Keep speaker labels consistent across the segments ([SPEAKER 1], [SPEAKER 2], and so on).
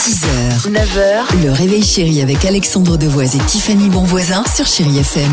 [SPEAKER 1] 6h, 9h, le réveil chéri avec Alexandre Devoise et Tiffany Bonvoisin sur Chéri FM.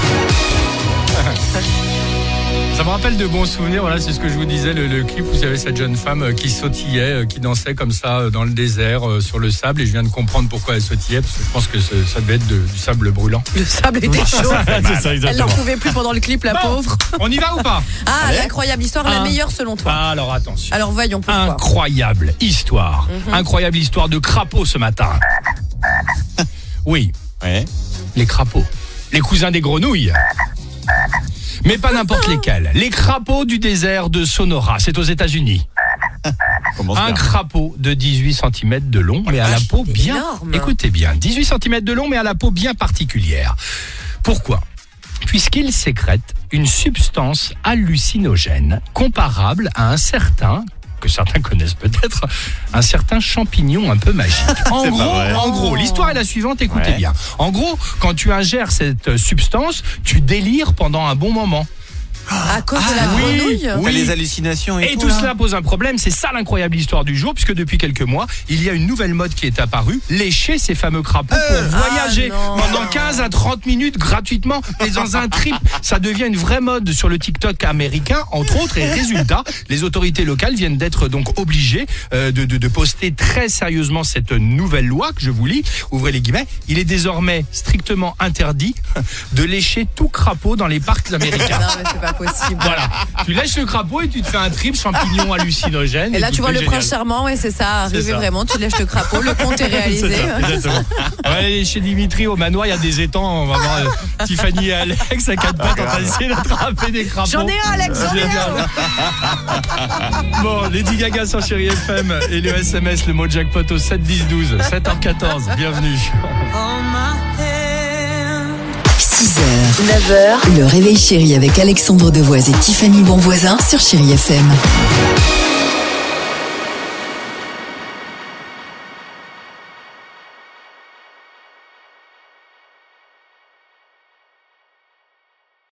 [SPEAKER 2] Ça me rappelle de bons souvenirs, voilà, c'est ce que je vous disais, le clip où il y avait cette jeune femme qui sautillait, qui dansait comme ça dans le désert, sur le sable, et je viens de comprendre pourquoi elle sautillait, parce que je pense que ça devait être du sable brûlant.
[SPEAKER 3] Le sable était chaud.
[SPEAKER 2] C'est ça,
[SPEAKER 3] Elle n'en pouvait plus pendant le clip, la pauvre.
[SPEAKER 2] On y va ou pas?
[SPEAKER 3] Ah, l'incroyable histoire, la meilleure selon toi.
[SPEAKER 2] Ah, alors attention.
[SPEAKER 3] Alors voyons pourquoi.
[SPEAKER 2] Incroyable histoire. Incroyable histoire de crapauds ce matin. Oui,
[SPEAKER 4] Ouais.
[SPEAKER 2] les crapauds. Les cousins des grenouilles. Mais pas n'importe lesquels. Les crapauds du désert de Sonora, c'est aux États-Unis. Un crapaud de 18 cm de long, mais à la peau bien...
[SPEAKER 3] énorme.
[SPEAKER 2] Écoutez bien, 18 cm de long, mais à la peau bien particulière. Pourquoi ? Puisqu'il sécrète une substance hallucinogène comparable à un certain, que certains connaissent peut-être, un certain champignon un peu magique. En gros, l'histoire est la suivante, écoutez bien. En gros, quand tu ingères cette substance, tu délires pendant un bon moment.
[SPEAKER 3] À cause de la grenouille.
[SPEAKER 4] T'as les hallucinations et
[SPEAKER 2] tout cela pose un problème, c'est ça l'incroyable histoire du jour, puisque depuis quelques mois, il y a une nouvelle mode qui est apparue, lécher ces fameux crapauds pour voyager pendant 15 à 30 minutes gratuitement et dans un trip. Ça devient une vraie mode sur le TikTok américain, entre autres, et résultat, les autorités locales viennent d'être donc obligées de poster très sérieusement cette nouvelle loi que je vous lis, ouvrez les guillemets, il est désormais strictement interdit de lécher tout crapaud dans les parcs américains.
[SPEAKER 3] Non, mais c'est pas possible.
[SPEAKER 2] Voilà, tu lèches le crapaud et tu te fais un trip champignon hallucinogène.
[SPEAKER 3] Et là, tu vois le
[SPEAKER 2] génial.
[SPEAKER 3] prince charmant, ouais, c'est ça, arriver
[SPEAKER 2] ça.
[SPEAKER 3] vraiment, tu lèches le crapaud, le compte est réalisé.
[SPEAKER 2] C'est ça, exactement. Ouais, chez Dimitri au manoir, il y a des étangs. On va voir Tiffany et Alex à quatre pattes en train d'essayer d'attraper des crapauds.
[SPEAKER 3] J'en ai un, Alex, j'en ai un.
[SPEAKER 2] Bon, Lady Gaga sur Chéri FM et le SMS, le mot jackpot au 7 10 12, 7h14. Bienvenue.
[SPEAKER 1] 6h, 9h, le réveil chéri avec Alexandre Devoise et Tiffany Bonvoisin sur Chéri FM.